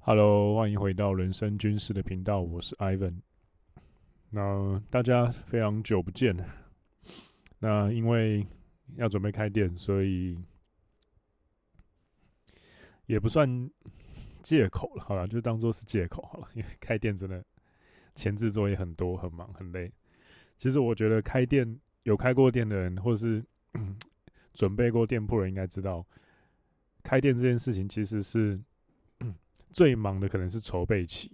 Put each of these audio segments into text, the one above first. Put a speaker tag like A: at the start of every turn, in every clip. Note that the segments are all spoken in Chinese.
A: Hello，欢迎回到人生军事的频道，我是 Ivan。那大家非常久不见，那因为要准备开店，所以也不算借口了，好了，就当做是借口好了。因为开店真的前置作业很多，很忙，很累。其实我觉得开店有开过店的人，或者是准备过店铺的人，应该知道，开店这件事情其实是最忙的，可能是筹备期。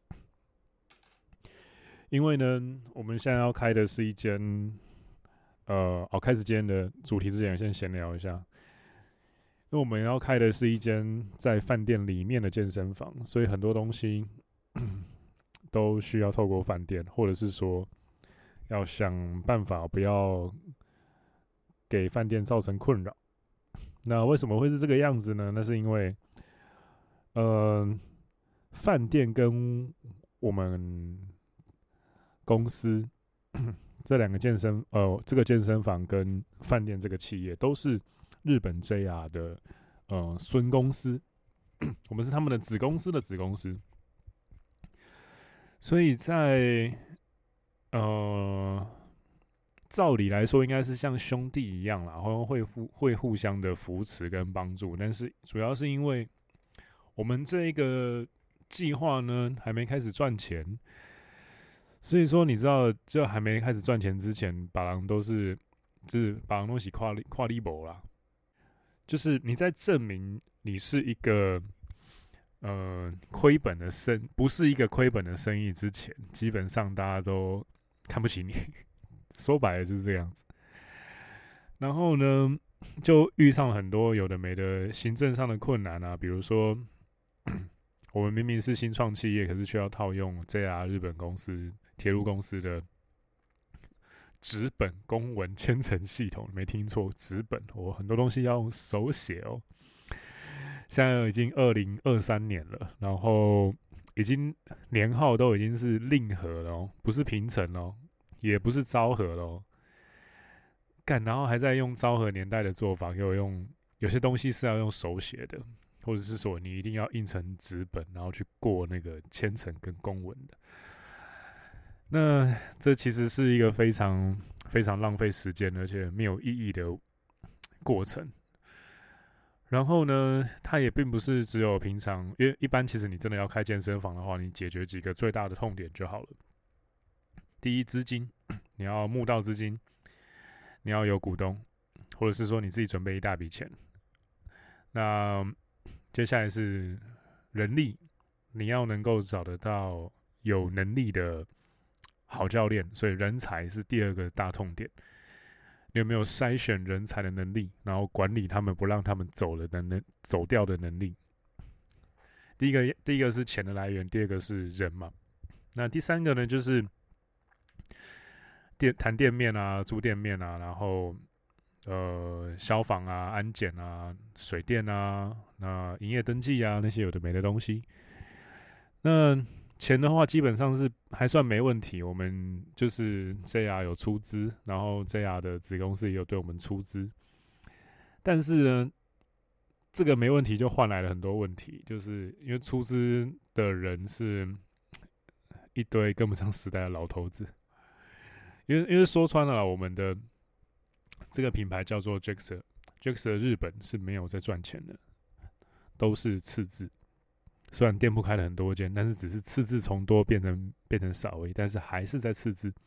A: 因为呢，我们现在要开的是一间，开始今天的主题之前，先闲聊一下。因为我们要开的是一间在饭店里面的健身房，所以很多东西都需要透过饭店，或者是说要想办法不要给饭店造成困扰。那为什么会是这个样子呢？那是因为，饭店跟我们公司这两个这个健身房跟饭店这个企业都是日本 JR 的孙公司，我们是他们的子公司的子公司，所以在照理来说应该是像兄弟一样啦，然后会互相的扶持跟帮助，但是主要是因为我们这一个计划呢还没开始赚钱。所以说，你知道，就还没开始赚钱之前，把人就是把人东西跨立博啦，就是你在证明你是一个不是一个亏本的生意之前，基本上大家都看不起你，说白了就是这样子。然后呢，就遇上很多有的没的行政上的困难啊，比如说我们明明是新创企业，可是却要套用 JR 日本公司铁路公司的纸本公文签呈系统，没听错，纸本，我很多东西要用手写哦。现在已经2023年了，然后已经年号都已经是令和了哦，不是平成哦，也不是昭和了哦。然后还在用昭和年代的做法，给我用有些东西是要用手写的，或者是说你一定要印成纸本，然后去过那个签呈跟公文的。那这其实是一个非常非常浪费时间而且没有意义的过程。然后呢，它也并不是只有平常，因为一般其实你真的要开健身房的话，你解决几个最大的痛点就好了。第一，资金，你要募到资金，你要有股东，或者是说你自己准备一大笔钱。那接下来是人力，你要能够找得到有能力的好教练，所以人才是第二个大痛点。你有没有筛选人才的能力，然后管理他们，不让他们走掉的能力？第一个是钱的来源，第二个是人嘛。那第三个呢，就是谈店面啊，租店面啊，然后消防啊、安检啊、水电啊、那营业登记啊那些有的没的东西。那钱的话，基本上是还算没问题。我们就是 JR 有出资，然后 JR 的子公司也有对我们出资。但是呢，这个没问题就换来了很多问题，就是因为出资的人是一堆跟不上时代的老头子。因为说穿了，我们的这个品牌叫做 Jaxer 日本是没有在赚钱的，都是赤字。虽然店铺开了很多间，但是只是赤字从多变成少而已，但是还是在赤字。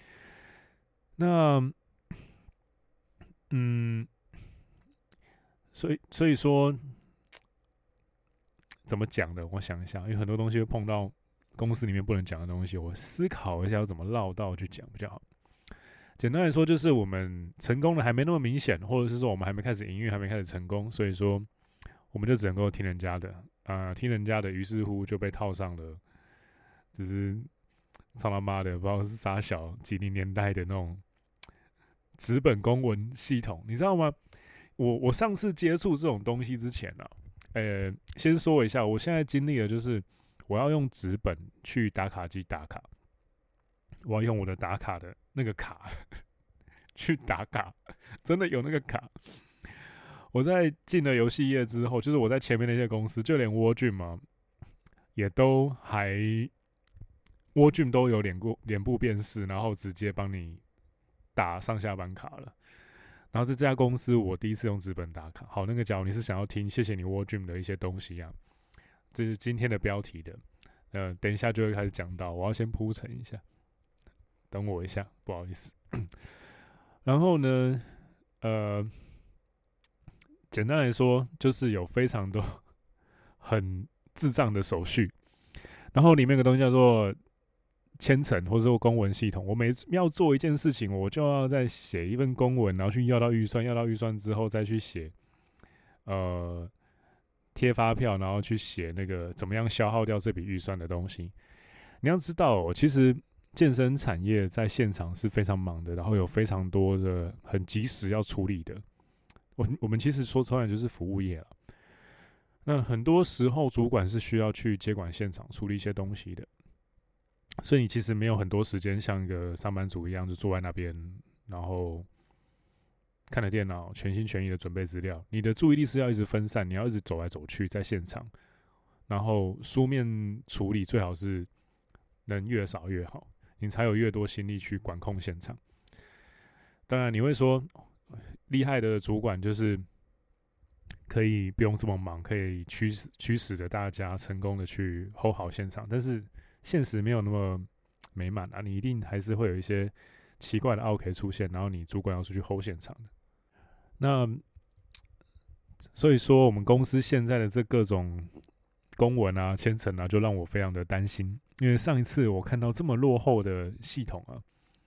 A: 那所以说怎么讲呢？我想一下，因为很多东西会碰到公司里面不能讲的东西，我思考一下要怎么绕道去讲比较好。简单来说，就是我们成功的还没那么明显，或者是说我们还没开始营运，还没开始成功，所以说我们就只能够听人家的，听人家的，于是乎就被套上了，就是操他妈的，不知道是啥小90年代的那种纸本公文系统，你知道吗？我上次接触这种东西之前啊，先说一下，我现在经历的就是我要用纸本去打卡机打卡，我要用我的打卡的那个卡去打卡，真的有那个卡。我在进了游戏业之后，就是我在前面那些公司，就连蜗苣嘛， 也都还 Word Dream 都有脸部辨识，然后直接帮你打上下班卡了。然后这家公司我第一次用纸本打卡。好，那个假如你是想要听谢谢你 Word Dream 的一些东西啊，这是今天的标题的。等一下就会开始讲到，我要先铺陈一下，等我一下，不好意思。然后呢，简单来说，就是有非常多很智障的手续，然后里面有个东西叫做签呈或者说公文系统。我每要做一件事情，我就要再写一份公文，然后去要到预算，要到预算之后再去写，贴发票，然后去写那个怎么样消耗掉这笔预算的东西。你要知道其实健身产业在现场是非常忙的，然后有非常多的很及时要处理的。我们其实说穿了就是服务业了。那很多时候主管是需要去接管现场处理一些东西的，所以你其实没有很多时间像一个上班族一样就坐在那边，然后看着电脑全心全意的准备资料。你的注意力是要一直分散，你要一直走来走去在现场，然后书面处理最好是能越少越好，你才有越多心力去管控现场。当然你会说厉害的主管就是可以不用这么忙，可以驱使着大家成功的去 hold 好现场，但是现实没有那么美满啊，你一定还是会有一些奇怪的 OK 出现，然后你主管要出去 hold 现场的。那所以说我们公司现在的这各种公文啊、签呈啊，就让我非常的担心，因为上一次我看到这么落后的系统啊，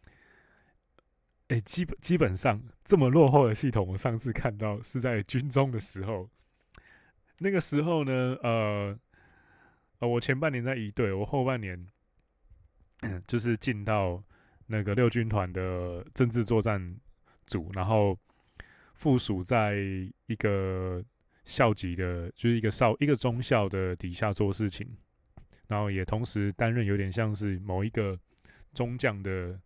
A: 基本上这么落后的系统，我上次看到是在军中的时候。那个时候呢，我前半年在仪队，我后半年就是进到那个6军团的政治作战组，然后附属在一个校级的，就是一个中校的底下做事情，然后也同时担任有点像是某一个中将的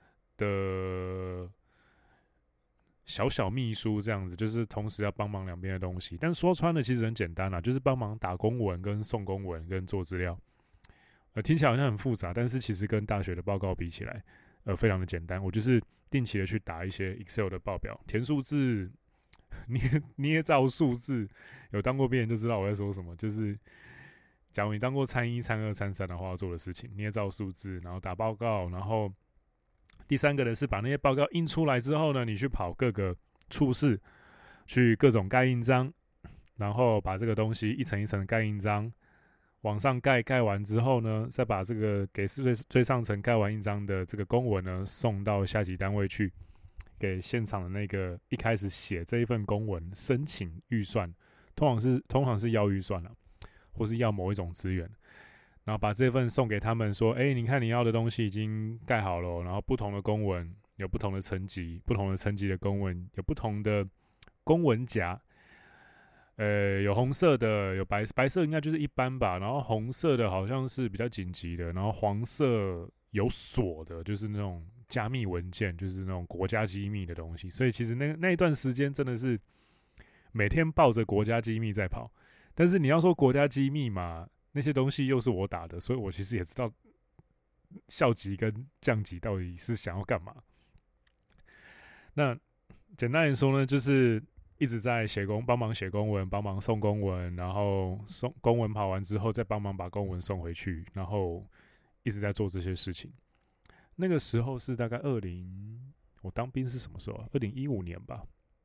A: 小秘书这样子，就是同时要帮忙两边的东西。但说穿了，其实很简单啦，就是帮忙打公文、跟送公文、跟做资料。听起来好像很复杂，但是其实跟大学的报告比起来，非常的简单。我就是定期的去打一些 Excel 的报表，填数字、捏造数字。有当过兵人就知道我在说什么，就是假如你当过参1、参2、参3的话要做的事情，捏造数字，然后打报告，然后第三个呢是把那些报告印出来之后呢，你去跑各个处室，去各种盖印章，然后把这个东西一层一层的盖印章，往上盖完之后呢，再把这个给最上层盖完印章的这个公文呢送到下级单位去，给现场的那个一开始写这一份公文申请预算，通常是要预算了，或是要某一种资源。然后把这份送给他们说，你看你要的东西已经盖好了，然后不同的公文有不同的层级，不同的层级的公文有不同的公文夹，有红色的，有白色应该就是一般吧，然后红色的好像是比较紧急的，然后黄色有锁的，就是那种加密文件，就是那种国家机密的东西。所以其实那一段时间真的是每天抱着国家机密在跑，但是你要说国家机密嘛，那些东西又是我打的，所以我其实也知道校级跟降级到底是想要干嘛。那简单来说呢，就是一直在帮忙写公文，帮忙送公文，然后送公文跑完之后，再帮忙把公文送回去，然后一直在做这些事情。那个时候是大概我当兵是什么时候啊？2015年吧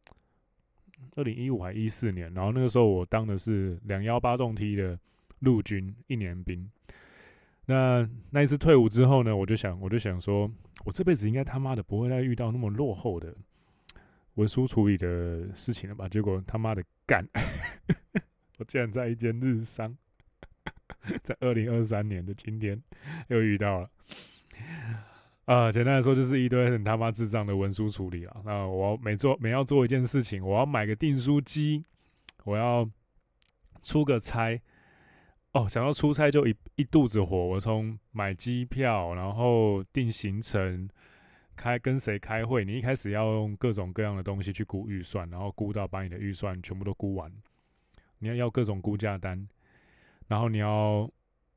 A: ，2015还14年。然后那个时候我当的是218洞梯的陆军1年兵。那一次退伍之后呢，我就想说，我这辈子应该他妈的不会再遇到那么落后的文书处理的事情了吧？结果他妈的干，我竟然在一间日商，在2023年的今天又遇到了。简单来说就是一堆很他妈智障的文书处理啊。那我每要做一件事情，我要买个订书机，我要出个差。想到出差就一肚子火。我从买机票，然后定行程，跟谁开会，你一开始要用各种各样的东西去估预算，然后估到把你的预算全部都估完。你要各种估价单，然后你要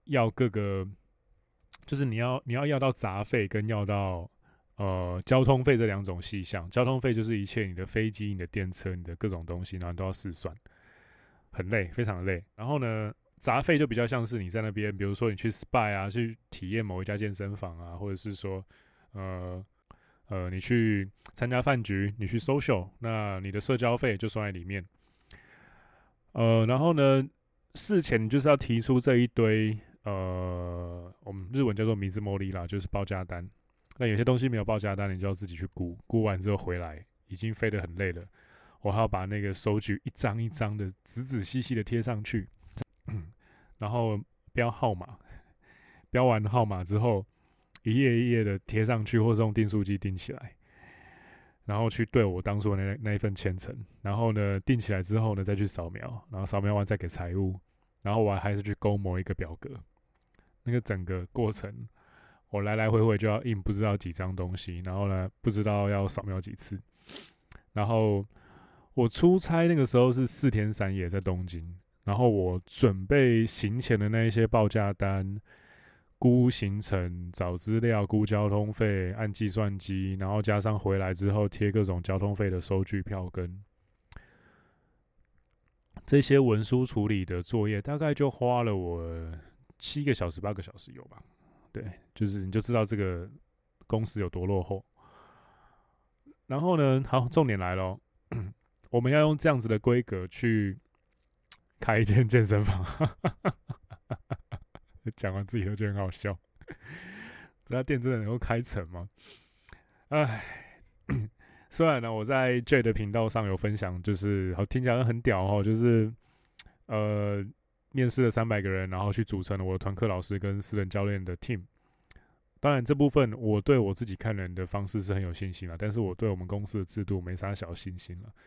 A: 要各个，就是你要到杂费跟要到交通费这两种细项。交通费就是一切你的飞机、你的电车、你的各种东西，然后都要试算，很累，非常的累。然后呢，杂费就比较像是你在那边，比如说你去 SPA 啊，去体验某一家健身房啊，或者是说你去参加饭局，你去 social， 那你的社交费就算在里面。然后呢，事前你就是要提出这一堆我们日文叫做米兹莫利啦，就是报价单。那有些东西没有报价单，你就要自己去估，估完之后回来，已经飞得很累了，我还要把那个收据一张一张的仔仔细细的贴上去，然后标号码，标完号码之后，一页一页的贴上去，或是用订书机订起来，然后去对我当初的那一份签呈，然后呢订起来之后呢再去扫描，然后扫描完再给财务，然后我还是去勾某一个表格，那个整个过程我来来回回就要印不知道几张东西，然后呢不知道要扫描几次，然后我出差那个时候是4天3夜在东京，然后我准备行前的那一些报价单、估行程、找资料、估交通费、按计算机，然后加上回来之后贴各种交通费的收据票根，这些文书处理的作业，大概就花了我7个小时、8个小时有吧？对，就是你就知道这个公司有多落后。然后呢，好，重点来了，我们要用这样子的规格去开一间健身房。讲完自己都觉得很好笑。这家店真的能够开成吗？唉，虽然呢，我在 J 的频道上有分享，就是好听起来很屌哦，就是面试了300个人，然后去组成了我的团课老师跟私人教练的 team。当然，这部分我对我自己看人的方式是很有信心了，但是我对我们公司的制度没啥小信心了，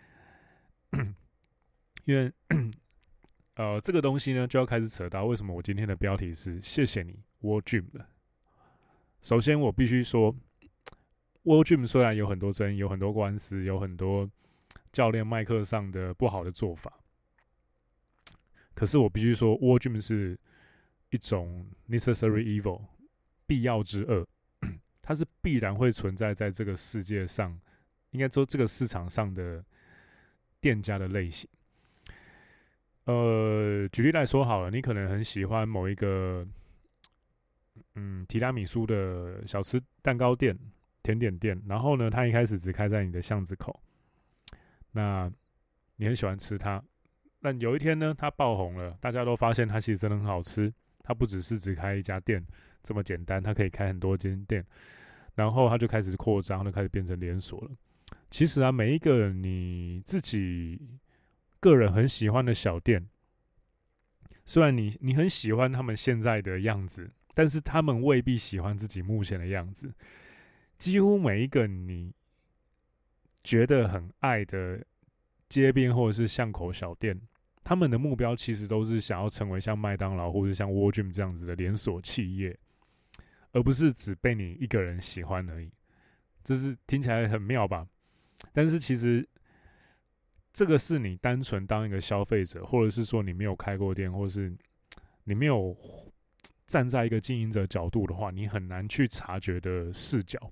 A: 因为这个东西呢，就要开始扯到为什么我今天的标题是谢谢你 World Gym 了。首先，我必须说 ，World Gym 虽然有很多争议，有很多官司，有很多教练麦克上的不好的做法，可是我必须说 ，World Gym 是一种 necessary evil， 必要之恶，它是必然会存在在这个世界上，应该说这个市场上的店家的类型。举例来说好了，你可能很喜欢某一个提拉米苏的小吃蛋糕店、甜点店，然后呢，它一开始只开在你的巷子口，那你很喜欢吃它，但有一天呢，它爆红了，大家都发现它其实真的很好吃，它不只是只开一家店这么简单，它可以开很多间店，然后它就开始扩张，就开始变成连锁了。其实啊，每一个你自己个人很喜欢的小店，虽然你很喜欢他们现在的样子，但是他们未必喜欢自己目前的样子。几乎每一个你觉得很爱的街边或者是巷口小店，他们的目标其实都是想要成为像麦当劳或者像 World Gym 这样子的连锁企业，而不是只被你一个人喜欢而已。就是听起来很妙吧？但是其实这个是你单纯当一个消费者，或者是说你没有开过店，或者是你没有站在一个经营者角度的话，你很难去察觉的视角。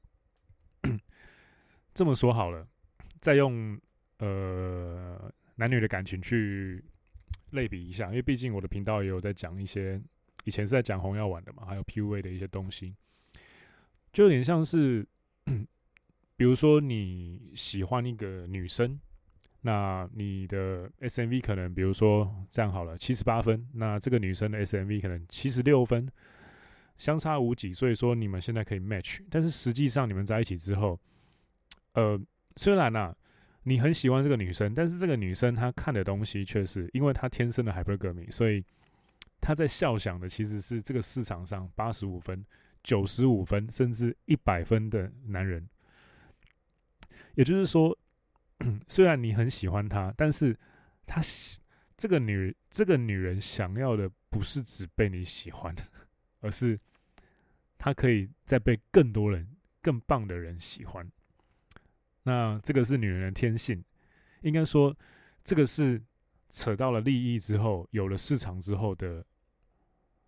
A: 这么说好了，再用男女的感情去类比一下，因为毕竟我的频道也有在讲一些，以前是在讲红药丸的嘛，还有 PUA 的一些东西，就有点像是，比如说你喜欢一个女生，那你的 SMV 可能比如说这样好了，78分，那这个女生的 SMV 可能76分，相差无几，所以说你们现在可以 match， 但是实际上你们在一起之后，虽然啊你很喜欢这个女生，但是这个女生她看的东西却是因为她天生的 hypergamy， 所以她在肖想的其实是这个市场上85分、95分甚至100分的男人。也就是说，虽然你很喜欢她，但是她这个女人想要的不是只被你喜欢，而是她可以再被更多人、更棒的人喜欢。那这个是女人的天性，应该说，这个是扯到了利益之后，有了市场之后的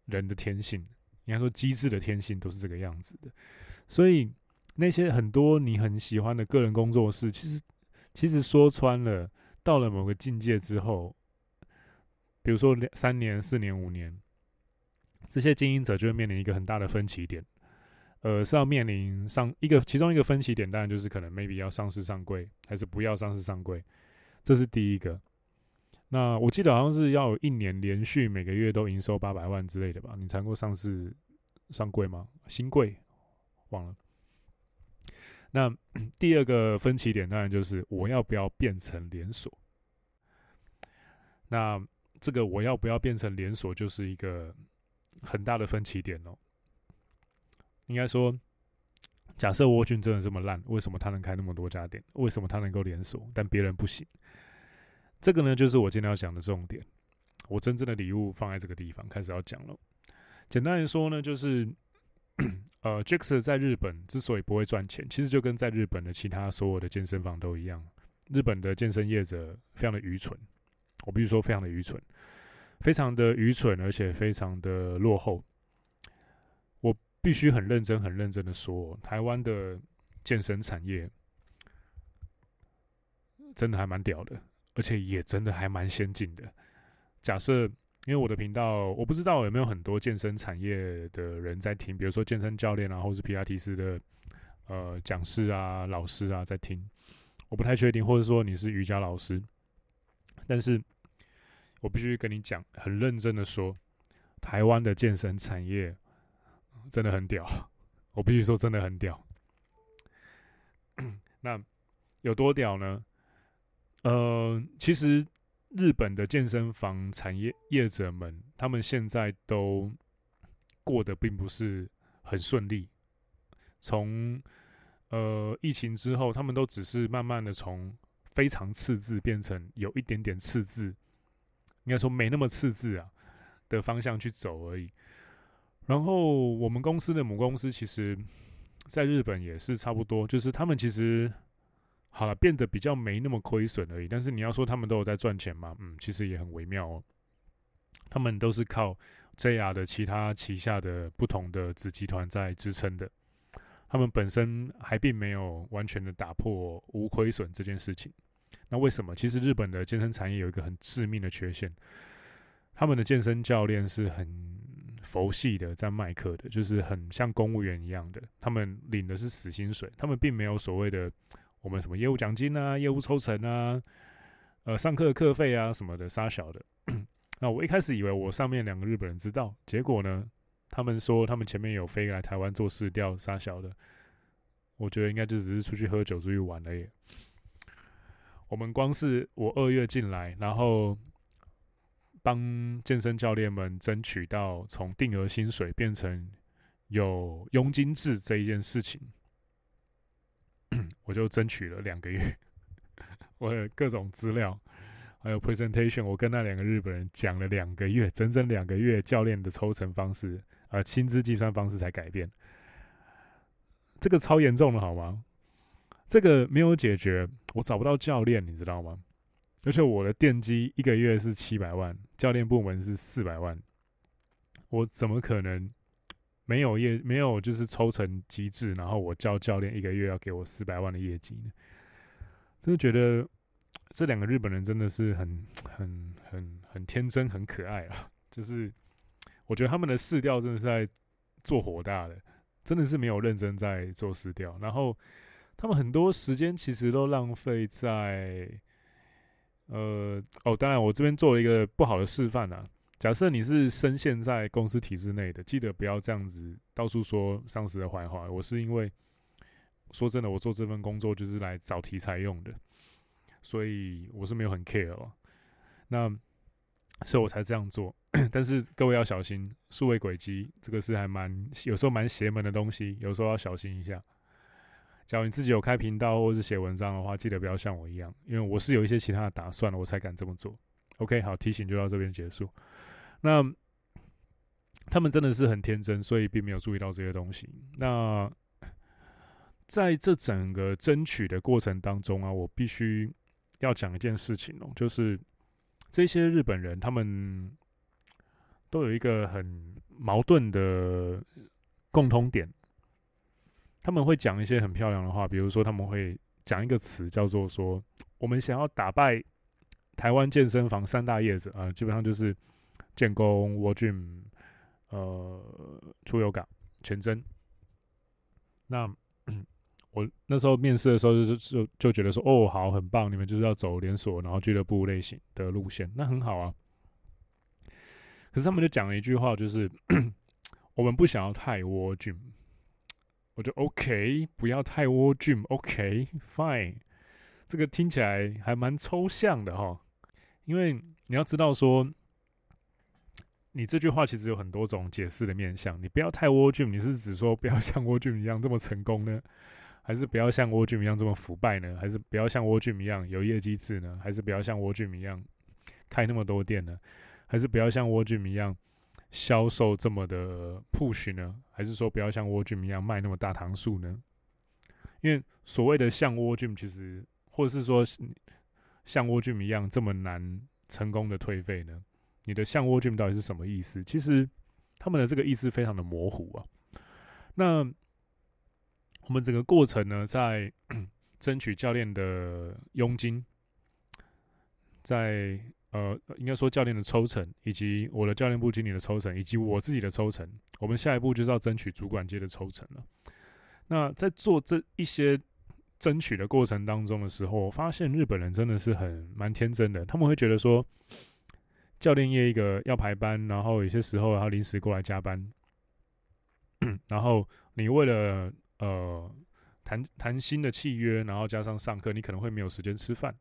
A: 人的天性，应该说机制的天性都是这个样子的。所以那些很多你很喜欢的个人工作室，其实说穿了，到了某个境界之后，比如说3年、4年、5年，这些经营者就会面临一个很大的分歧点。是要面临其中一个分歧点，当然就是可能 maybe 要上市上柜，还是不要上市上柜，这是第一个。那我记得好像是要有1年连续每个月都营收800万之类的吧，你才能够上市上柜吗？新柜忘了。那第二个分歧点当然就是我要不要变成连锁。那这个我要不要变成连锁，就是一个很大的分歧点哦。应该说，假设沃郡真的这么烂，为什么他能开那么多家店？为什么他能够连锁，但别人不行？这个呢，就是我今天要讲的重点。我真正的礼物放在这个地方，开始要讲了。简单来说呢，就是Jixer 在日本之所以不会赚钱，其实就跟在日本的其他所有的健身房都一样。日本的健身业者非常的愚蠢，我必须说非常的愚蠢，非常的愚蠢，而且非常的落后。我必须很认真的说，台湾的健身产业真的还蛮屌的，而且也真的还蛮先进的。假设因为我的频道，我不知道有没有很多健身产业的人在听，比如说健身教练啊，或是皮拉提斯的讲师啊、老师啊在听，我不太确定，或者说你是瑜伽老师，但是我必须跟你讲，很认真的说，台湾的健身产业真的很屌，我必须说真的很屌。那有多屌呢？其实日本的健身房产业业者们，他们现在都过得并不是很顺利。从疫情之后，他们都只是慢慢的从非常赤字变成有一点点赤字，应该说没那么赤字啊的方向去走而已。然后我们公司的母公司其实在日本也是差不多，就是他们其实好了变得比较没那么亏损而已。但是你要说他们都有在赚钱吗？其实也很微妙哦。他们都是靠 JR 的其他旗下的不同的子集团在支撑的，他们本身还并没有完全的打破无亏损这件事情。那为什么？其实日本的健身产业有一个很致命的缺陷，他们的健身教练是很佛系的在卖课的，就是很像公务员一样的，他们领的是死薪水，他们并没有所谓的我们什么业务奖金啊、业务抽成啊、上课的课费啊什么的，杀小的。那我一开始以为我上面2个日本人知道，结果呢，他们说他们前面有飞来台湾做市调，杀小的。我觉得应该就只是出去喝酒、出去玩而已。我们光是我2月进来，然后帮健身教练们争取到从定额薪水变成有佣金制这一件事情，我就争取了2个月。我的各种资料还有 presentation， 我跟那2个日本人讲了2个月，整整2个月，教练的抽成方式薪资计算方式才改变。这个超严重的好吗？这个没有解决，我找不到教练，你知道吗？而且我的电机1个月是700万，教练部门是400万，我怎么可能没有就是抽成机制，然后我叫教练1个月要给我400万的业绩呢？就觉得这2个日本人真的是很天真、很可爱啊！就是我觉得他们的市调真的是在做火大的，真的是没有认真在做市调，然后他们很多时间其实都浪费在当然我这边做了一个不好的示范啊。假设你是深陷在公司体制内的，记得不要这样子到处说上司的坏话。我是因为说真的，我做这份工作就是来找题材用的，所以我是没有很 care 哦。那所以我才这样做。但是各位要小心，数位轨迹这个是有时候蛮邪门的东西，有时候要小心一下。假如你自己有开频道或是写文章的话，记得不要像我一样，因为我是有一些其他的打算了，我才敢这么做。OK， 好，提醒就到这边结束。那他们真的是很天真，所以并没有注意到这些东西。那在这整个争取的过程当中啊，我必须要讲一件事情哦，就是这些日本人他们都有一个很矛盾的共通点。他们会讲一些很漂亮的话，比如说他们会讲一个词叫做说，我们想要打败台湾健身房三大业者啊、基本上就是建工、World Gym、出油港、全真。那我那时候面试的时候就觉得说，哦，好，很棒，你们就是要走连锁然后俱乐部类型的路线，那很好啊。可是他们就讲了一句话，就是我们不想要太World Gym。我就 OK， 不要太World Gym，OK， fine。这个听起来还蛮抽象的哈，因为你要知道说，你这句话其实有很多种解释的面向。你不要太World Gym，你是指说不要像World Gym一样这么成功呢，还是不要像World Gym一样这么腐败呢？还是不要像World Gym一样有业绩制呢？还是不要像World Gym一样开那么多店呢？还是不要像World Gym一样销售这么的 push 呢？还是说不要像World Gym一样卖那么大堂数呢？因为所谓的像World Gym，其实或者是说像World Gym一样这么难成功的退费呢？你的像World Gym到底是什么意思？其实他们的这个意思非常的模糊啊。那我们整个过程呢，在争取教练的佣金，在应该说教练的抽成，以及我的教练部经理的抽成，以及我自己的抽成，我们下一步就是要争取主管阶的抽成了。那在做这一些争取的过程当中的时候，我发现日本人真的是蛮天真的，他们会觉得说，教练业一个要排班，然后有些时候他临时过来加班，然后你为了谈新的契约，然后加上上课，你可能会没有时间吃饭，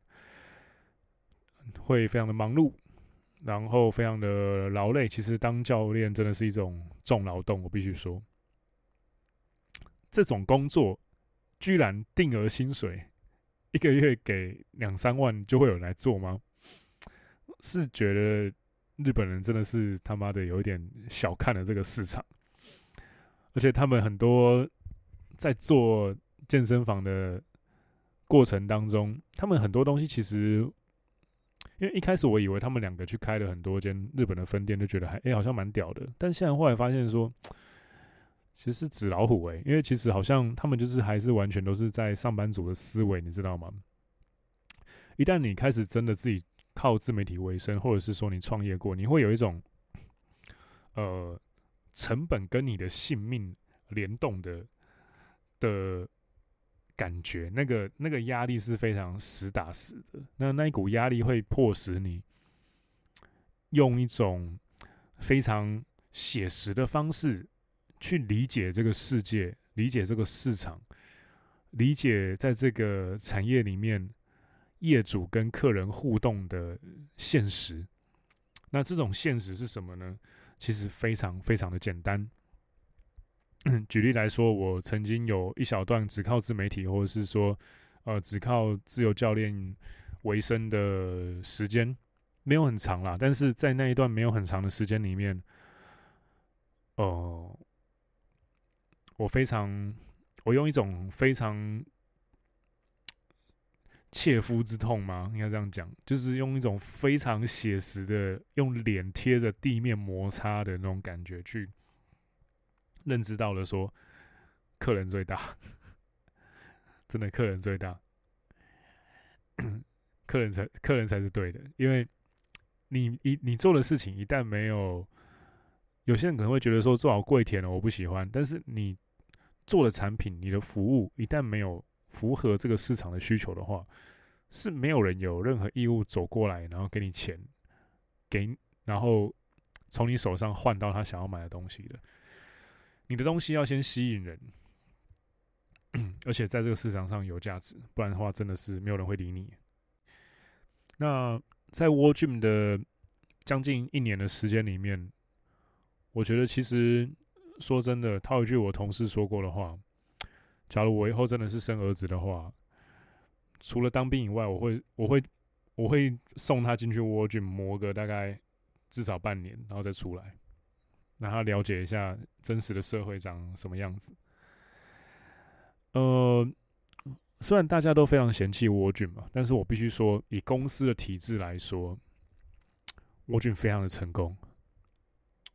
A: 会非常的忙碌，然后非常的劳累。其实当教练真的是一种重劳动，我必须说，这种工作居然定额薪水，一个月给2-3万就会有人来做吗？是觉得日本人真的是他妈的有一点小看了这个市场，而且他们很多在做健身房的过程当中，他们很多东西其实，因为一开始我以为他们两个去开了很多间日本的分店，就觉得好像蛮屌的，但现在后来发现说，其实是纸老虎因为其实好像他们就是还是完全都是在上班族的思维，你知道吗？一旦你开始真的自己靠自媒体为生，或者是说你创业过，你会有一种成本跟你的性命联动的感觉，那个压力是非常实打实的。那一股压力会迫使你用一种非常写实的方式去理解这个世界，理解这个市场，理解在这个产业里面业主跟客人互动的现实。那这种现实是什么呢？其实非常非常的简单。举例来说，我曾经有一小段只靠自媒体，或者是说只靠自由教练为生的时间，没有很长啦。但是在那一段没有很长的时间里面，我用一种非常切肤之痛吗？应该这样讲，就是用一种非常写实的，用脸贴着地面摩擦的那种感觉，去认知到了说，客人最大，真的客人最大，客人才是对的，因为你做的事情一旦没有些人可能会觉得说做好跪舔了，我不喜欢，但是你做的产品，你的服务一旦没有符合这个市场的需求的话，是没有人有任何义务走过来，然后给你钱，然后从你手上换到他想要买的东西的。你的东西要先吸引人，而且在这个市场上有价值，不然的话真的是没有人会理你。那在 World Gym 的将近1年的时间里面，我觉得其实说真的，套一句我同事说过的话，假如我以后真的是生儿子的话，除了当兵以外，我会送他进去 World Gym 磨个大概至少半年，然后再出来，让他了解一下真实的社会长什么样子。虽然大家都非常嫌弃World Gym嘛，但是我必须说，以公司的体制来说，World Gym非常的成功。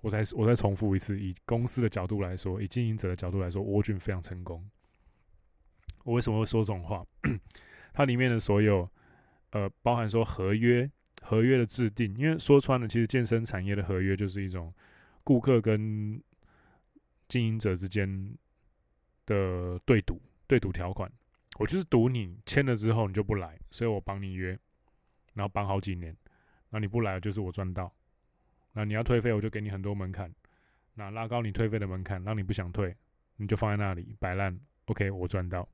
A: 我再重复一次，以公司的角度来说，以经营者的角度来说，Wall Gym 非常成功。我为什么会说这种话？它里面的所有包含说合约的制定，因为说穿了，其实健身产业的合约就是一种顾客跟经营者之间的对赌条款。我就是赌你签了之后你就不来，所以我帮你约，然后帮好几年，那你不来就是我赚到。那你要退费，我就给你很多门槛，那拉高你退费的门槛，让你不想退，你就放在那里摆烂。OK， 我赚到。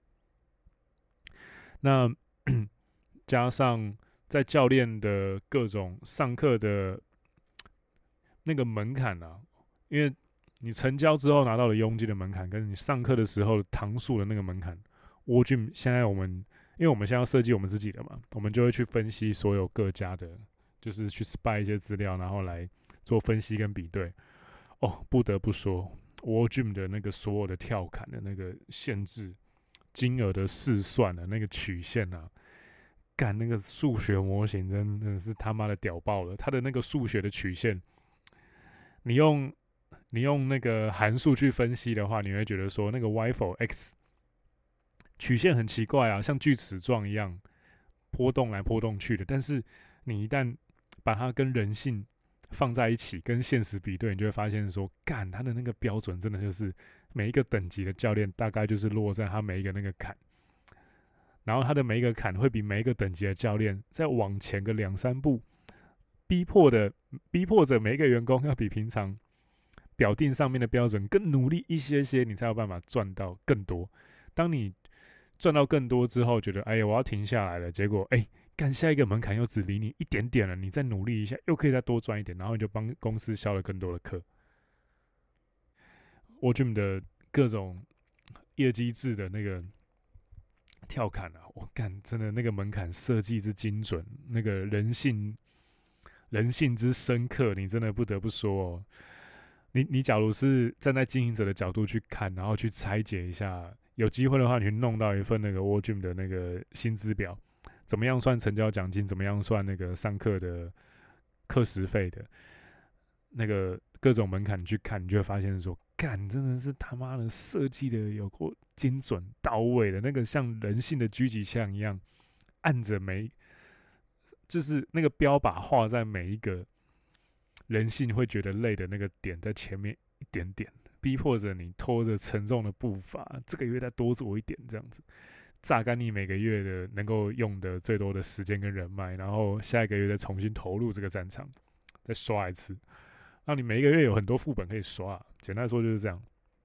A: 那加上在教练的各种上课的那个门槛啊，因为你成交之后拿到的佣金的门槛，跟你上课的时候堂数的那个门槛，Wall Gym现在因为我们现在要设计我们自己的嘛，我们就会去分析所有各家的，就是去 spy 一些资料，然后来做分析跟比对。不得不说 ，Wall Gym 的那个所有的跳砍的那个限制金额的试算的那个曲线啊，干那个数学模型真的是他妈的屌爆了！它的那个数学的曲线，你用那个函数去分析的话，你会觉得说那个 y for x 曲线很奇怪啊，像锯齿状一样波动来波动去的。但是你一旦把它跟人性放在一起，跟现实比对，你就会发现说，干它的那个标准真的就是每一个等级的教练大概就是落在他每一个那个坎，然后他的每一个坎会比每一个等级的教练再往前个2-3步，逼迫着每一个员工要比平常表定上面的标准更努力一些些，你才有办法赚到更多。当你赚到更多之后，觉得哎呀我要停下来了，结果干下一个门槛又只离你一点点了，你再努力一下，又可以再多赚一点，然后你就帮公司销了更多的课。Wall Gym 的各种业绩制的那个跳砍啊，我干真的那个门槛设计之精准，那个人性之深刻，你真的不得不说哦。你假如是站在经营者的角度去看，然后去拆解一下，有机会的话，你去弄到一份那个 Wall Gym 的那个薪资表。怎么样算成交奖金？怎么样算那个上课的课时费的那个各种门槛？你去看，你就会发现说，干真的是他妈的设计的有够精准到位的，那个像人性的狙击枪一样，按着就是那个标靶画在每一个人性会觉得累的那个点，在前面一点点，逼迫着你拖着沉重的步伐，这个月再多做一点，这样子。榨干你每个月的能够用的最多的时间跟人脉，然后下一个月再重新投入这个战场，再刷一次，让你每一个月有很多副本可以刷。简单来说就是这样。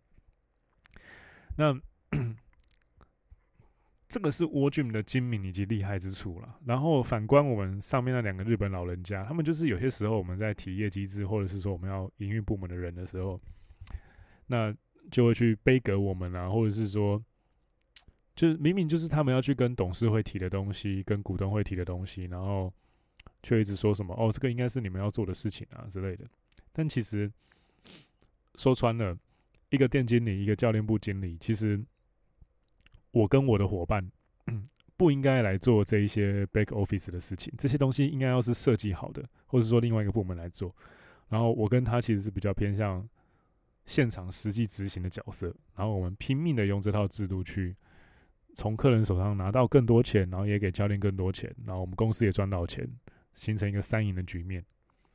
A: 那这个是 Wall Gym 的精明以及厉害之处啦。然后反观我们上面那2个日本老人家，他们就是有些时候我们在提业绩制，或者是说我们要营运部门的人的时候，那就会去背革我们啊，或者是说。就是明明就是他们要去跟董事会提的东西，跟股东会提的东西，然后却一直说什么这个应该是你们要做的事情啊之类的。但其实说穿了，一个店经理，一个教练部经理，其实我跟我的伙伴不应该来做这一些 back office 的事情，这些东西应该要是设计好的，或者说另外一个部门来做。然后我跟他其实是比较偏向现场实际执行的角色，然后我们拼命的用这套制度去。从客人手上拿到更多钱，然后也给教练更多钱，然后我们公司也赚到钱，形成一个3赢的局面。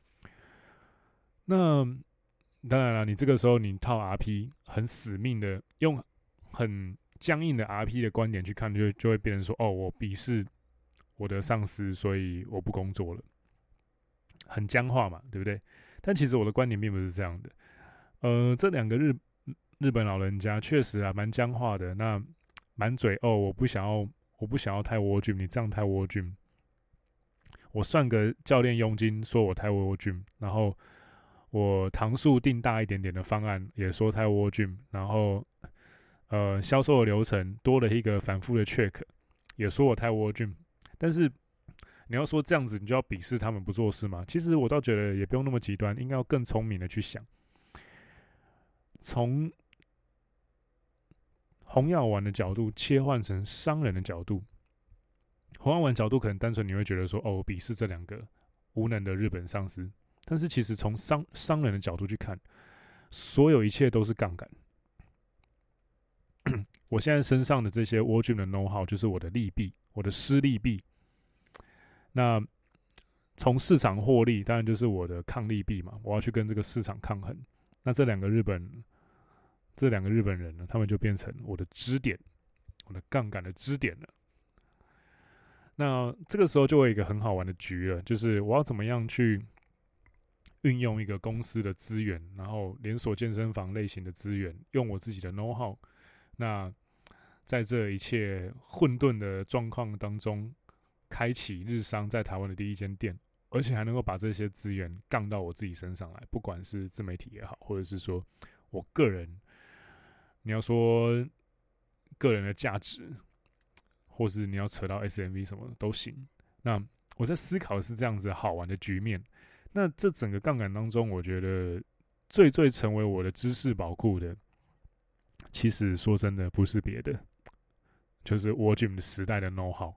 A: 那当然了，你这个时候你套 RP 很死命的，用很僵硬的 RP 的观点去看，就会变成说，我鄙视我的上司，所以我不工作了，很僵化嘛，对不对？但其实我的观点并不是这样的。这2个日本老人家确实蛮僵化的。那满嘴我不想要太 Wall Gym， 你这样太 Wall Gym， 我算个教练佣金，说我太 Wall Gym， 然后我堂数定大一点点的方案，也说太 Wall Gym， 然后销售的流程多了一个反复的 check， 也说我太 Wall Gym。但是你要说这样子，你就要鄙视他们不做事吗？其实我倒觉得也不用那么极端，应该要更聪明的去想，从红药丸的角度切换成商人的角度，红药丸角度可能单纯你会觉得说，我鄙视这2个无能的日本上司， 但是其实从商人的角度去看，所有一切都是杠杆。我现在身上的这些 War Dream 的 know how 就是我的利弊，我的失利弊。那从市场获利，当然就是我的抗利弊嘛，我要去跟这个市场抗衡。那这两个日本人呢，他们就变成我的支点，我的杠杆的支点了。那这个时候就有一个很好玩的局了，就是我要怎么样去运用一个公司的资源，然后连锁健身房类型的资源，用我自己的 know how。那在这一切混沌的状况当中，开启日商在台湾的第一间店，而且还能够把这些资源杠到我自己身上来，不管是自媒体也好，或者是说我个人，你要说个人的价值，或是你要扯到 SMV 什么的都行。那我在思考的是这样子好玩的局面。那这整个杠杆当中，我觉得最成为我的知识宝库的，其实说真的不是别的，就是 War Dream 的时代的 know how。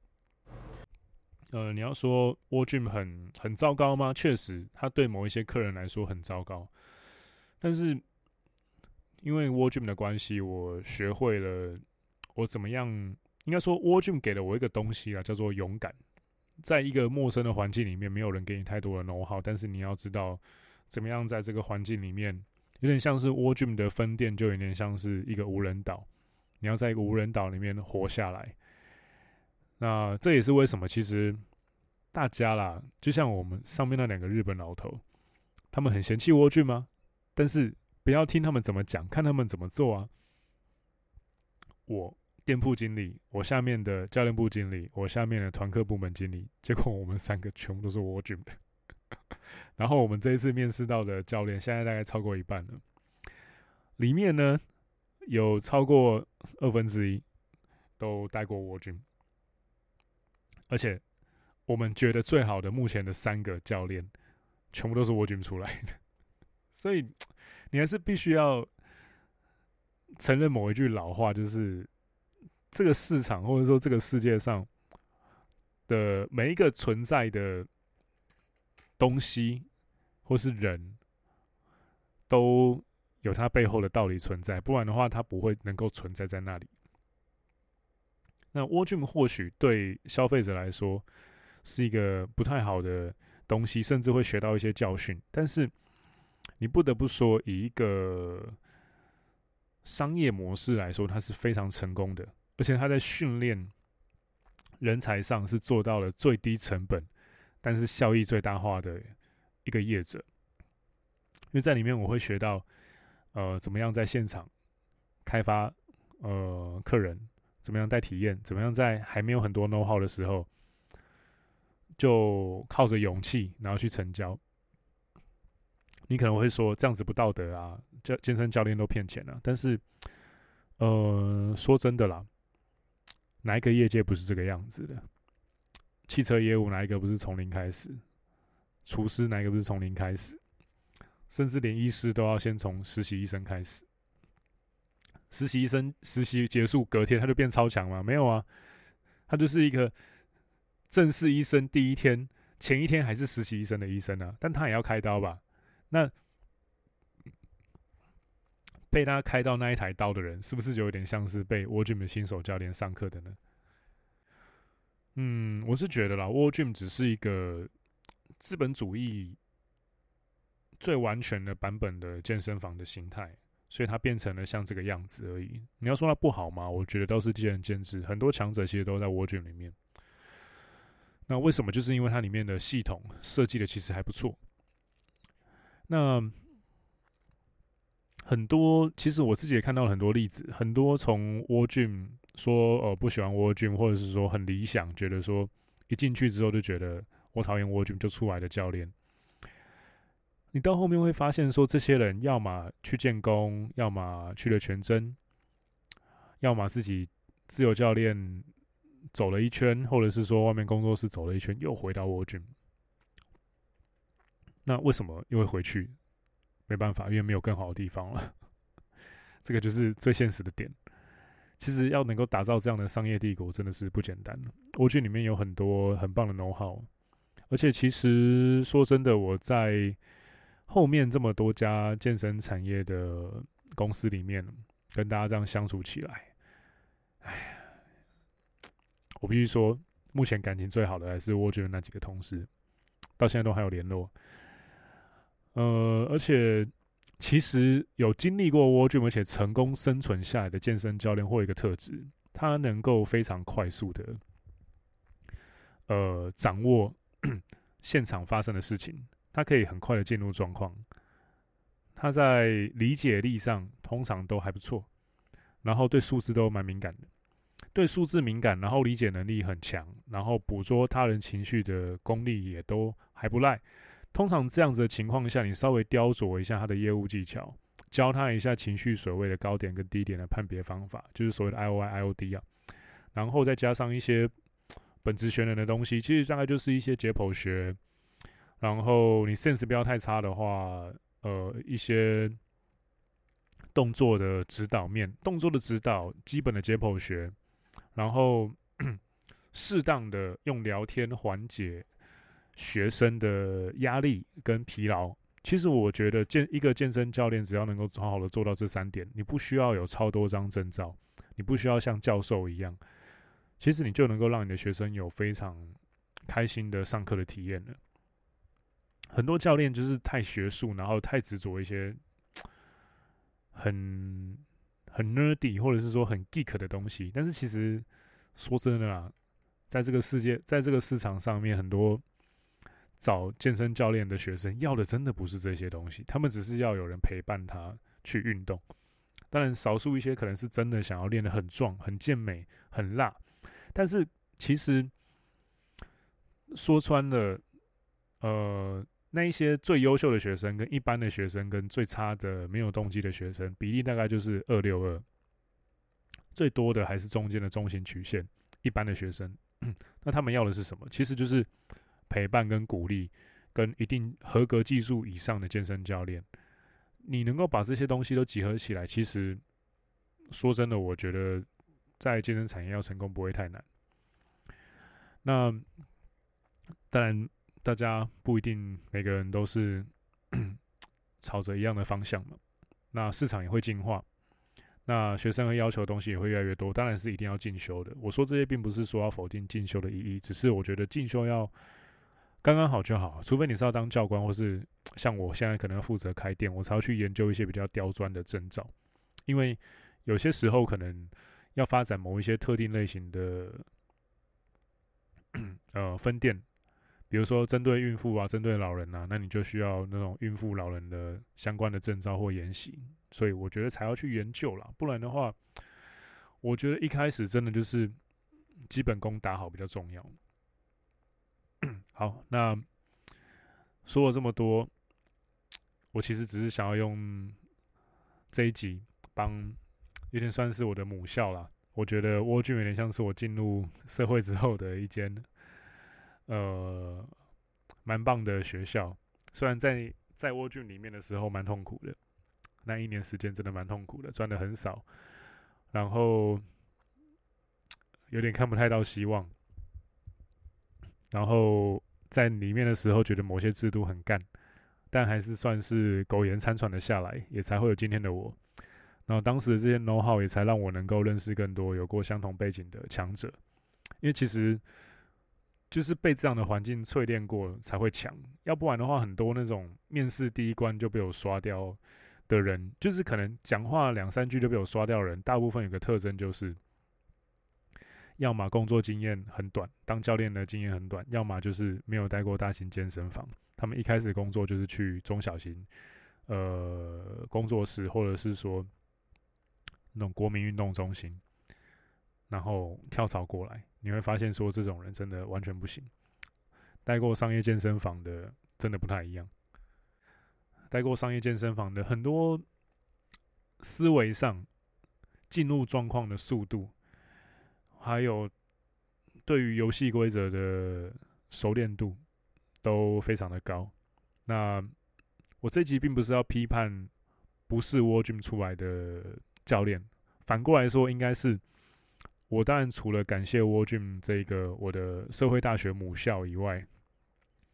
A: 你要说 War Dream 很糟糕吗？确实，它对某一些客人来说很糟糕。但是因为 War Dream 的关系，我学会了我怎么样。应该说 War Dream 给了我一个东西啦，叫做勇敢。在一个陌生的环境里面，没有人给你太多的 know how， 但是你要知道怎么样在这个环境里面，有点像是 War Dream 的分店，就有点像是一个无人岛，你要在一个无人岛里面活下来。那这也是为什么其实大家啦，就像我们上面那两个日本老头，他们很嫌弃 War Dream 吗？但是不要听他们怎么讲，看他们怎么做啊。我店铺经理，我下面的教练部经理，我下面的团课部门经理，结果我们三个全部都是 War Dream 的。然后我们这一次面试到的教练，现在大概超过一半了。里面呢，有超过1/2都带过 War Dream， 而且我们觉得最好的目前的3个教练，全部都是 War Dream 出来的。所以你还是必须要承认某一句老话，就是这个市场或者说这个世界上的每一个存在的东西或是人，都有它背后的道理存在，不然的话，它不会能够存在在那里。那 War Dream 或许对消费者来说是一个不太好的东西，甚至会学到一些教训。但是你不得不说，以一个商业模式来说，它是非常成功的，而且它在训练人才上是做到了最低成本，但是效益最大化的一个业者。因为在里面我会学到，怎么样在现场开发客人，怎么样带体验，怎么样在还没有很多 know how 的时候，就靠着勇气然后去成交。你可能会说这样子不道德啊，健身教练都骗钱啊。但是，说真的啦，哪一个业界不是这个样子的？汽车业务哪一个不是从零开始？厨师哪一个不是从零开始？甚至连医师都要先从实习医生开始。实习医生实习结束隔天他就变超强吗？没有啊，他就是一个正式医生第一天前一天还是实习医生的医生啊，但他也要开刀吧？那被他开到那一台刀的人，是不是就有点像是被 War Dream 的新手教练上课的呢？我是觉得啦 ，War Dream 只是一个资本主义最完全的版本的健身房的形态，所以它变成了像这个样子而已。你要说它不好吗？我觉得倒是见仁见智。很多强者其实都在 War Dream 里面。那为什么？就是因为它里面的系统设计的其实还不错。那很多，其实我自己也看到了很多例子，很多从 War Dream 说不喜欢 War Dream， 或者是说很理想，觉得说一进去之后就觉得我讨厌 War Dream 就出来的教练，你到后面会发现说，这些人要么去建工，要么去了全真，要么自己自由教练走了一圈，或者是说外面工作室走了一圈，又回到 War Dream。那为什么又会回去？没办法，因为没有更好的地方了。这个就是最现实的点。其实要能够打造这样的商业帝国，真的是不简单。War Dream里面有很多很棒的 know how， 而且其实说真的，我在后面这么多家健身产业的公司里面，跟大家这样相处起来，我必须说，目前感情最好的还是我觉得那几个同事，到现在都还有联络。而且其实有经历过 War Gym 而且成功生存下来的健身教练，或一个特质，他能够非常快速的掌握现场发生的事情，他可以很快的进入状况，他在理解力上通常都还不错，然后对数字都蛮敏感的，对数字敏感，然后理解能力很强，然后捕捉他人情绪的功力也都还不赖。通常这样子的情况下，你稍微雕琢一下他的业务技巧，教他一下情绪水位的高点跟低点的判别方法，就是所谓的 IOI、IOD 啊，然后再加上一些本质学能的东西，其实大概就是一些解剖学，然后你 sense 不要太差的话，一些动作的指导面，动作的指导，基本的解剖学，然后适当的用聊天缓解学生的压力跟疲劳。其实我觉得一个健身教练只要能够好好的做到这3点，你不需要有超多张证照，你不需要像教授一样，其实你就能够让你的学生有非常开心的上课的体验了。很多教练就是太学术，然后太执着一些很 nerdy 或者是说很 geek 的东西，但是其实说真的啦，在这个世界，在这个市场上面，很多找健身教练的学生要的真的不是这些东西，他们只是要有人陪伴他去运动。当然，少数一些可能是真的想要练得很壮、很健美、很辣，但是其实说穿了，那一些最优秀的学生跟一般的学生跟最差的没有动机的学生比例大概就是262，最多的还是中间的中型曲线，一般的学生。那他们要的是什么？其实就是陪伴跟鼓励，跟一定合格技术以上的健身教练。你能够把这些东西都集合起来，其实说真的，我觉得在健身产业要成功不会太难。那当然，大家不一定每个人都是朝着一样的方向嘛。那市场也会进化，那学生会要求的东西也会越来越多，当然是一定要进修的。我说这些并不是说要否定进修的意义，只是我觉得进修要刚刚好就好，除非你是要当教官，或是像我现在可能要负责开店，我才要去研究一些比较刁钻的证照，因为有些时候可能要发展某一些特定类型的分店，比如说针对孕妇啊，针对老人啊，那你就需要那种孕妇老人的相关的证照或研习，所以我觉得才要去研究啦，不然的话，我觉得一开始真的就是基本功打好比较重要。好，那说了这么多，我其实只是想要用这一集帮，有点算是我的母校啦。我觉得蜗苣有点像是我进入社会之后的一间蛮棒的学校。虽然在蜗苣里面的时候蛮痛苦的，那1年时间真的蛮痛苦的，赚的很少，然后有点看不太到希望，然后在里面的时候觉得某些制度很干，但还是算是苟延残喘的下来，也才会有今天的我。然后当时的这些 know how 也才让我能够认识更多有过相同背景的强者，因为其实就是被这样的环境淬炼过才会强，要不然的话，很多那种面试第一关就被我刷掉的人，就是可能讲话2、3句就被我刷掉的人，大部分有个特征就是，要么工作经验很短，当教练的经验很短，要么就是没有待过大型健身房，他们一开始工作就是去中小型工作室，或者是说那种国民运动中心，然后跳槽过来，你会发现说这种人真的完全不行。待过商业健身房的真的不太一样，待过商业健身房的很多思维上进入状况的速度，还有对于游戏规则的熟练度都非常的高。那我这集并不是要批判不是 War Gym 出来的教练，反过来说，应该是我当然除了感谢 War Gym 这个我的社会大学母校以外，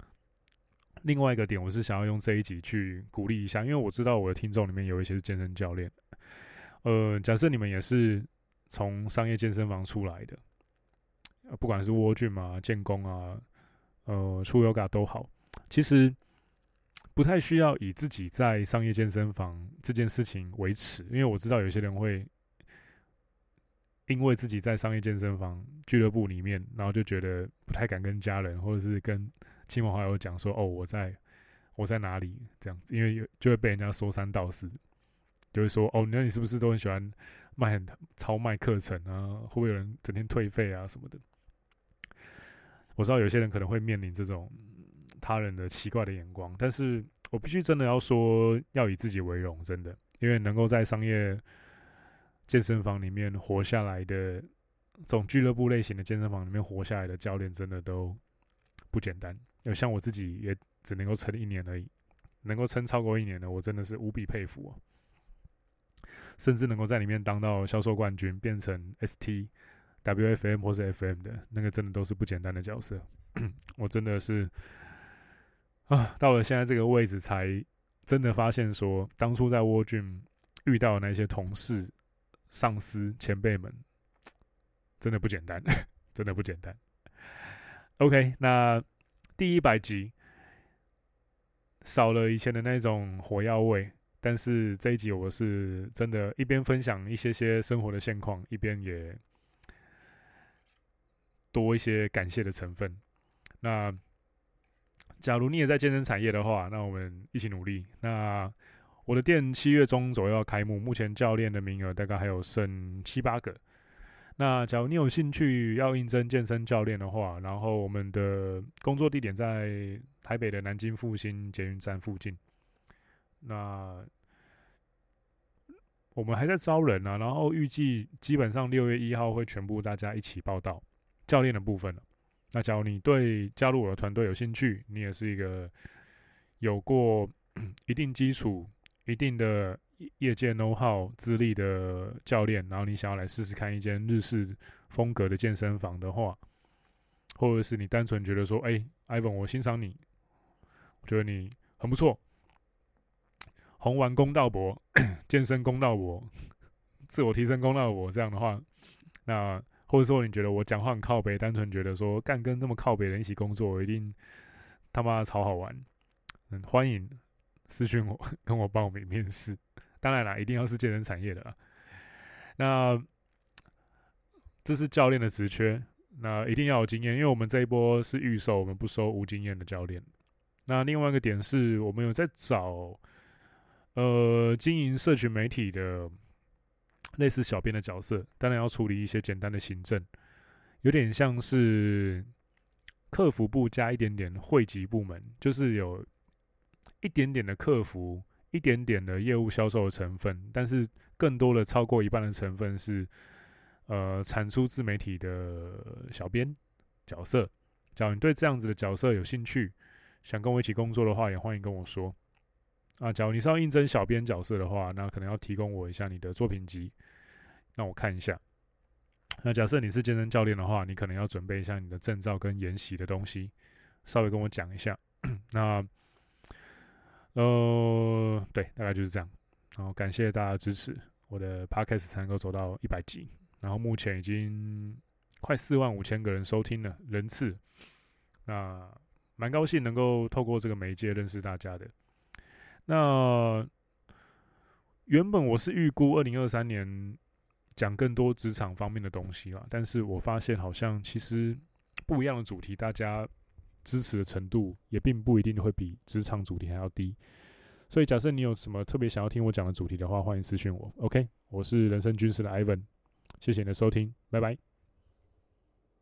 A: 另外一个点，我是想要用这一集去鼓励一下，因为我知道我的听众里面有一些是健身教练。假设你们也是从商业健身房出来的，不管是World Gym啊、建工啊、出 Yoga 都好，其实不太需要以自己在商业健身房这件事情为耻，因为我知道有些人会因为自己在商业健身房俱乐部里面，然后就觉得不太敢跟家人或者是跟亲朋好友讲说，哦，我在哪里这样子，因为就会被人家说三道四，就会说，哦，那你是不是都很喜欢超卖课程啊？会不会有人整天退费啊什么的？我知道有些人可能会面临这种他人的奇怪的眼光，但是我必须真的要说，要以自己为荣，真的，因为能够在商业健身房里面活下来的这种俱乐部类型的健身房里面活下来的教练，真的都不简单。像我自己也只能够撑1年而已，能够撑超过1年的，我真的是无比佩服哦。甚至能够在里面当到销售冠军，变成 ST、WFM 或是 FM 的那个，真的都是不简单的角色。我真的是到了现在这个位置，才真的发现说，当初在 World Gym 遇到的那些同事、上司、前辈们，真的不简单，真的不简单。OK， 那第100集少了以前的那种火药味。但是这一集我是真的一边分享一些生活的现况，一边也多一些感谢的成分。那假如你也在健身产业的话，那我们一起努力。那我的店7月中左右要开幕，目前教练的名额大概还有剩7、8个。那假如你有兴趣要应征健身教练的话，然后我们的工作地点在台北的南京复兴捷运站附近。那我们还在招人啊，然后预计基本上6月1号会全部大家一起报到教练的部分了。那假如你对加入我的团队有兴趣，你也是一个有过一定基础、一定的业界 know how 资历的教练，然后你想要来试试看一间日式风格的健身房的话，或者是你单纯觉得说，Ivan， 我欣赏你，我觉得你很不错。红丸公道博，健身公道博，自我提升公道博，这样的话，那或者说你觉得我讲话很靠北，单纯觉得说干跟这么靠北的人一起工作，我一定他妈超好玩，欢迎私讯我，跟我报名面试。当然啦，一定要是健身产业的啦。那这是教练的职缺，那一定要有经验，因为我们这一波是预售，我们不收无经验的教练。那另外一个点是我们有在找。经营社群媒体的类似小编的角色，当然要处理一些简单的行政，有点像是客服部加一点点汇集部门，就是有一点点的客服，一点点的业务销售的成分，但是更多的超过一半的成分是产出自媒体的小编角色。假如你对这样子的角色有兴趣，想跟我一起工作的话，也欢迎跟我说。假如你是要应征小编角色的话，那可能要提供我一下你的作品集，让我看一下。那假设你是健身教练的话，你可能要准备一下你的证照跟研习的东西，稍微跟我讲一下。那对，大概就是这样。然后感谢大家的支持，我的 podcast 才能够走到100集，然后目前已经快45000个人收听了人次。那蛮高兴能够透过这个媒介认识大家的。那原本我是预估2023年讲更多职场方面的东西啦，但是我发现好像其实不一样的主题，大家支持的程度也并不一定会比职场主题还要低。所以假设你有什么特别想要听我讲的主题的话，欢迎私讯我。OK， 我是人生军师的 Ivan， 谢谢你的收听，拜拜。